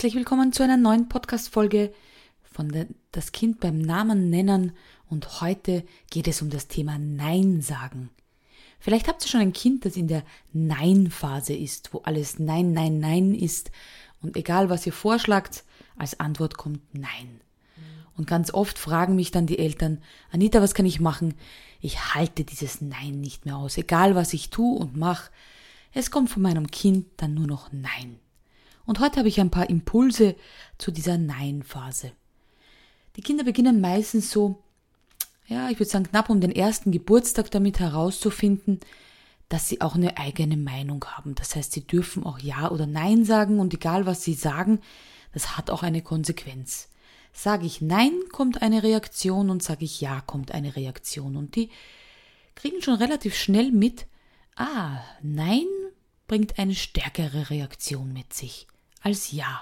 Herzlich willkommen zu einer neuen Podcast-Folge von Das Kind beim Namen nennen und heute geht es um das Thema Nein sagen. Vielleicht habt ihr schon ein Kind, das in der Nein-Phase ist, wo alles Nein, Nein, Nein ist und egal was ihr vorschlagt, als Antwort kommt Nein. Und ganz oft fragen mich dann die Eltern, Anita, was kann ich machen? Ich halte dieses Nein nicht mehr aus. Egal was ich tue und mache, es kommt von meinem Kind dann nur noch Nein. Und heute habe ich ein paar Impulse zu dieser Nein-Phase. Die Kinder beginnen meistens so, ich würde sagen knapp um den ersten Geburtstag damit herauszufinden, dass sie auch eine eigene Meinung haben. Das heißt, sie dürfen auch Ja oder Nein sagen und egal was sie sagen, das hat auch eine Konsequenz. Sage ich Nein, kommt eine Reaktion und sage ich Ja, kommt eine Reaktion. Und die kriegen schon relativ schnell mit, Nein bringt eine stärkere Reaktion mit sich als Ja.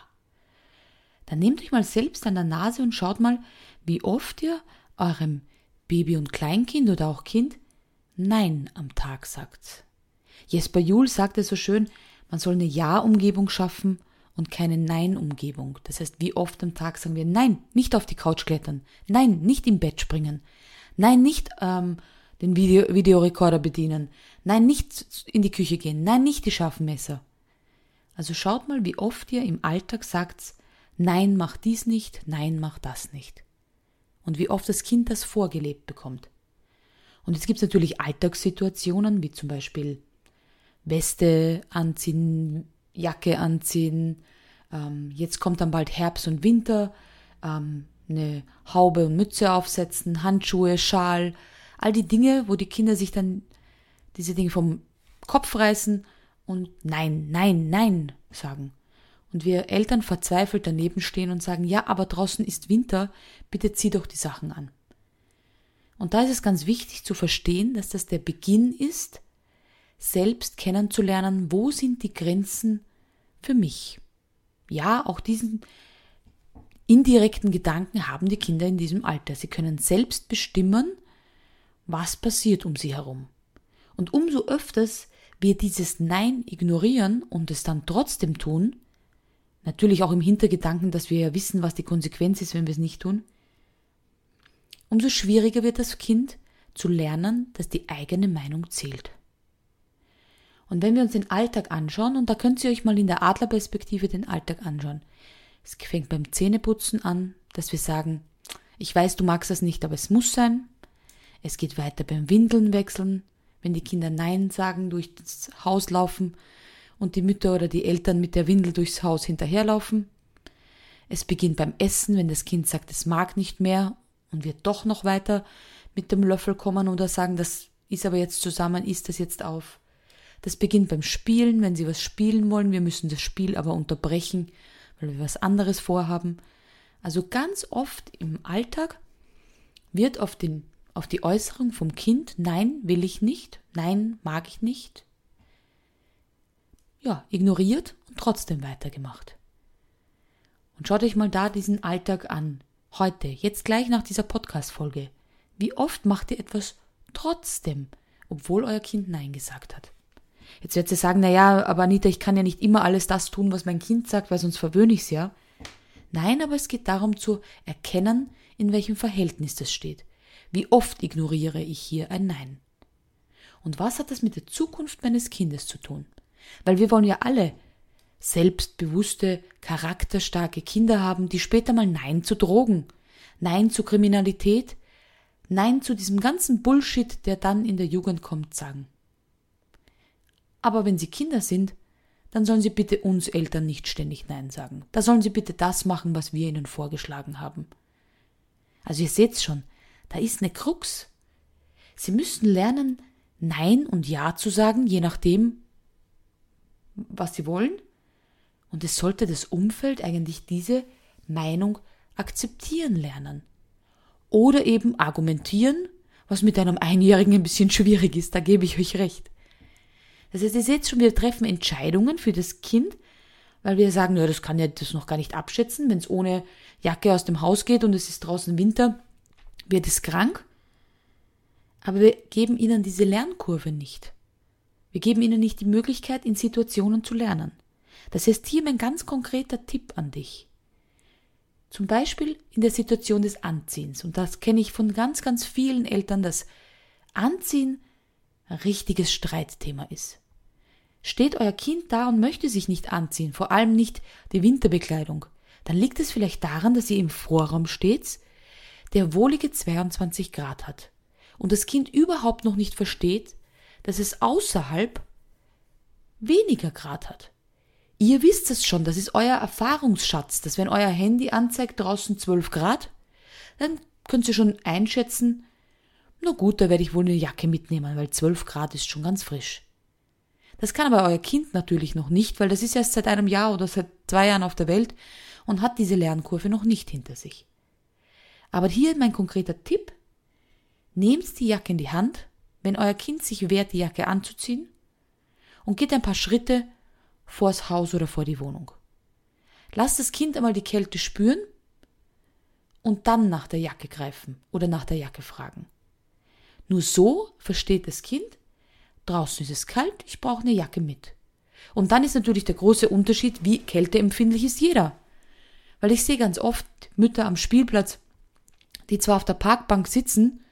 Dann nehmt euch mal selbst an der Nase und schaut mal, wie oft ihr eurem Baby und Kleinkind oder auch Kind Nein am Tag sagt. Jesper Juhl sagte so schön, man soll eine Ja-Umgebung schaffen und keine Nein-Umgebung. Das heißt, wie oft am Tag sagen wir Nein, nicht auf die Couch klettern, Nein, nicht im Bett springen, Nein, nicht den Videorekorder bedienen, Nein, nicht in die Küche gehen, Nein, nicht die scharfen Messer. Also schaut mal, wie oft ihr im Alltag sagt, Nein, mach dies nicht, Nein, mach das nicht. Und wie oft das Kind das vorgelebt bekommt. Und jetzt gibt es natürlich Alltagssituationen, wie zum Beispiel Weste anziehen, Jacke anziehen, jetzt kommt dann bald Herbst und Winter, eine Haube und Mütze aufsetzen, Handschuhe, Schal, all die Dinge, wo die Kinder sich dann diese Dinge vom Kopf reißen und Nein, Nein, Nein sagen. Und wir Eltern verzweifelt daneben stehen und sagen, ja, aber draußen ist Winter, bitte zieh doch die Sachen an. Und da ist es ganz wichtig zu verstehen, dass das der Beginn ist, selbst kennenzulernen, wo sind die Grenzen für mich. Ja, auch diesen indirekten Gedanken haben die Kinder in diesem Alter. Sie können selbst bestimmen, was passiert um sie herum. Und umso öfters wir dieses Nein ignorieren und es dann trotzdem tun, natürlich auch im Hintergedanken, dass wir ja wissen, was die Konsequenz ist, wenn wir es nicht tun, umso schwieriger wird das Kind zu lernen, dass die eigene Meinung zählt. Und wenn wir uns den Alltag anschauen, und da könnt ihr euch mal in der Adlerperspektive den Alltag anschauen, es fängt beim Zähneputzen an, dass wir sagen, ich weiß, du magst das nicht, aber es muss sein. Es geht weiter beim Windeln wechseln, wenn die Kinder Nein sagen, durch das Haus laufen und die Mütter oder die Eltern mit der Windel durchs Haus hinterherlaufen. Es beginnt beim Essen, wenn das Kind sagt, es mag nicht mehr und wir doch noch weiter mit dem Löffel kommen oder sagen, das ist aber jetzt zusammen, isst das jetzt auf. Das beginnt beim Spielen, wenn sie was spielen wollen, wir müssen das Spiel aber unterbrechen, weil wir was anderes vorhaben. Also ganz oft im Alltag wird auf die Äußerung vom Kind, Nein, will ich nicht, Nein, mag ich nicht, ignoriert und trotzdem weitergemacht. Und schaut euch mal da diesen Alltag an, heute, jetzt gleich nach dieser Podcast-Folge. Wie oft macht ihr etwas trotzdem, obwohl euer Kind Nein gesagt hat? Jetzt werdet ihr sagen, aber Anita, ich kann ja nicht immer alles das tun, was mein Kind sagt, weil sonst verwöhne ich es ja. Nein, aber es geht darum zu erkennen, in welchem Verhältnis das steht. Wie oft ignoriere ich hier ein Nein? Und was hat das mit der Zukunft meines Kindes zu tun? Weil wir wollen ja alle selbstbewusste, charakterstarke Kinder haben, die später mal Nein zu Drogen, Nein zu Kriminalität, Nein zu diesem ganzen Bullshit, der dann in der Jugend kommt, sagen. Aber wenn sie Kinder sind, dann sollen sie bitte uns Eltern nicht ständig Nein sagen. Da sollen sie bitte das machen, was wir ihnen vorgeschlagen haben. Also ihr seht's schon, da ist eine Krux. Sie müssen lernen, Nein und Ja zu sagen, je nachdem, was sie wollen. Und es sollte das Umfeld eigentlich diese Meinung akzeptieren lernen. Oder eben argumentieren, was mit einem Einjährigen ein bisschen schwierig ist, da gebe ich euch recht. Das heißt, ihr seht schon, wir treffen Entscheidungen für das Kind, weil wir sagen, das kann ja das noch gar nicht abschätzen, wenn es ohne Jacke aus dem Haus geht und es ist draußen Winter, wird es krank. Aber wir geben ihnen diese Lernkurve nicht. Wir geben ihnen nicht die Möglichkeit, in Situationen zu lernen. Das heißt, hier mein ganz konkreter Tipp an dich. Zum Beispiel in der Situation des Anziehens. Und das kenne ich von ganz, ganz vielen Eltern, dass Anziehen ein richtiges Streitthema ist. Steht euer Kind da und möchte sich nicht anziehen, vor allem nicht die Winterbekleidung, dann liegt es vielleicht daran, dass ihr im Vorraum steht, der wohlige 22 Grad hat und das Kind überhaupt noch nicht versteht, dass es außerhalb weniger Grad hat. Ihr wisst es schon, das ist euer Erfahrungsschatz, dass wenn euer Handy anzeigt draußen 12 Grad, dann könnt ihr schon einschätzen, na gut, da werde ich wohl eine Jacke mitnehmen, weil 12 Grad ist schon ganz frisch. Das kann aber euer Kind natürlich noch nicht, weil das ist erst seit einem Jahr oder seit 2 Jahren auf der Welt und hat diese Lernkurve noch nicht hinter sich. Aber hier mein konkreter Tipp: Nehmt die Jacke in die Hand, wenn euer Kind sich wehrt, die Jacke anzuziehen, und geht ein paar Schritte vors Haus oder vor die Wohnung. Lasst das Kind einmal die Kälte spüren und dann nach der Jacke greifen oder nach der Jacke fragen. Nur so versteht das Kind, draußen ist es kalt, ich brauche eine Jacke mit. Und dann ist natürlich der große Unterschied, wie kälteempfindlich ist jeder. Weil ich sehe ganz oft Mütter am Spielplatz, die zwar auf der Parkbank sitzen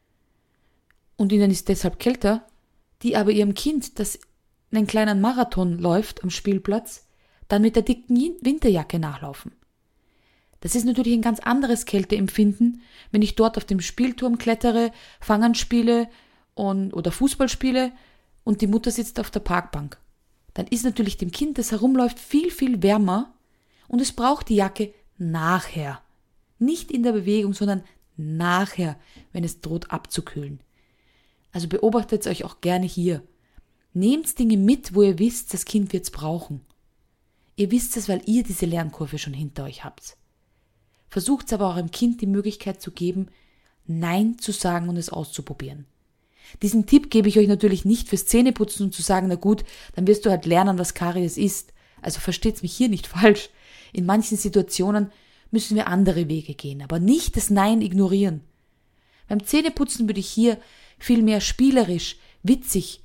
und ihnen ist deshalb kälter, die aber ihrem Kind, das einen kleinen Marathon läuft am Spielplatz, dann mit der dicken Winterjacke nachlaufen. Das ist natürlich ein ganz anderes Kälteempfinden, wenn ich dort auf dem Spielturm klettere, Fangen spiele oder Fußball spiele und die Mutter sitzt auf der Parkbank. Dann ist natürlich dem Kind, das herumläuft, viel, viel wärmer und es braucht die Jacke nachher. Nicht in der Bewegung, sondern nachher, wenn es droht abzukühlen. Also beobachtet euch auch gerne hier. Nehmt Dinge mit, wo ihr wisst, das Kind wird's brauchen. Ihr wisst es, weil ihr diese Lernkurve schon hinter euch habt. Versucht aber eurem Kind die Möglichkeit zu geben, Nein zu sagen und es auszuprobieren. Diesen Tipp gebe ich euch natürlich nicht fürs Zähneputzen und zu sagen, na gut, dann wirst du halt lernen, was Karies ist. Also versteht's mich hier nicht falsch. In manchen Situationen müssen wir andere Wege gehen, aber nicht das Nein ignorieren. Beim Zähneputzen würde ich hier viel mehr spielerisch, witzig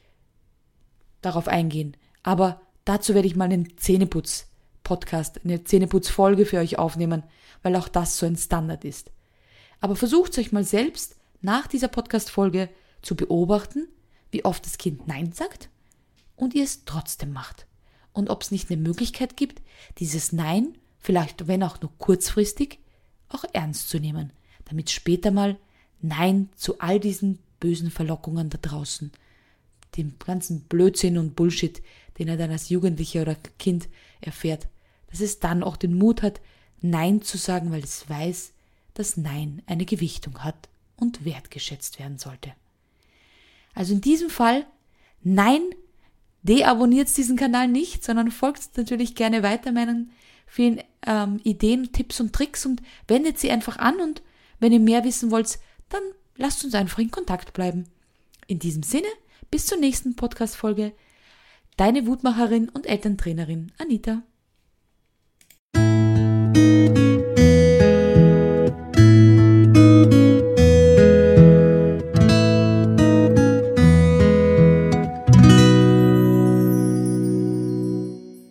darauf eingehen. Aber dazu werde ich mal einen Zähneputz-Podcast, eine Zähneputz-Folge für euch aufnehmen, weil auch das so ein Standard ist. Aber versucht euch mal selbst nach dieser Podcast-Folge zu beobachten, wie oft das Kind Nein sagt und ihr es trotzdem macht. Und ob es nicht eine Möglichkeit gibt, dieses Nein, vielleicht wenn auch nur kurzfristig, auch ernst zu nehmen, damit später mal Nein zu all diesen bösen Verlockungen da draußen, dem ganzen Blödsinn und Bullshit, den er dann als Jugendlicher oder Kind erfährt, dass es dann auch den Mut hat, Nein zu sagen, weil es weiß, dass Nein eine Gewichtung hat und wertgeschätzt werden sollte. Also in diesem Fall, nein, deabonniert diesen Kanal nicht, sondern folgt natürlich gerne weiter meinen vielen Ideen, Tipps und Tricks und wendet sie einfach an und wenn ihr mehr wissen wollt, dann lasst uns einfach in Kontakt bleiben. In diesem Sinne, bis zur nächsten Podcast-Folge. Deine Wutmacherin und Elterntrainerin Anita.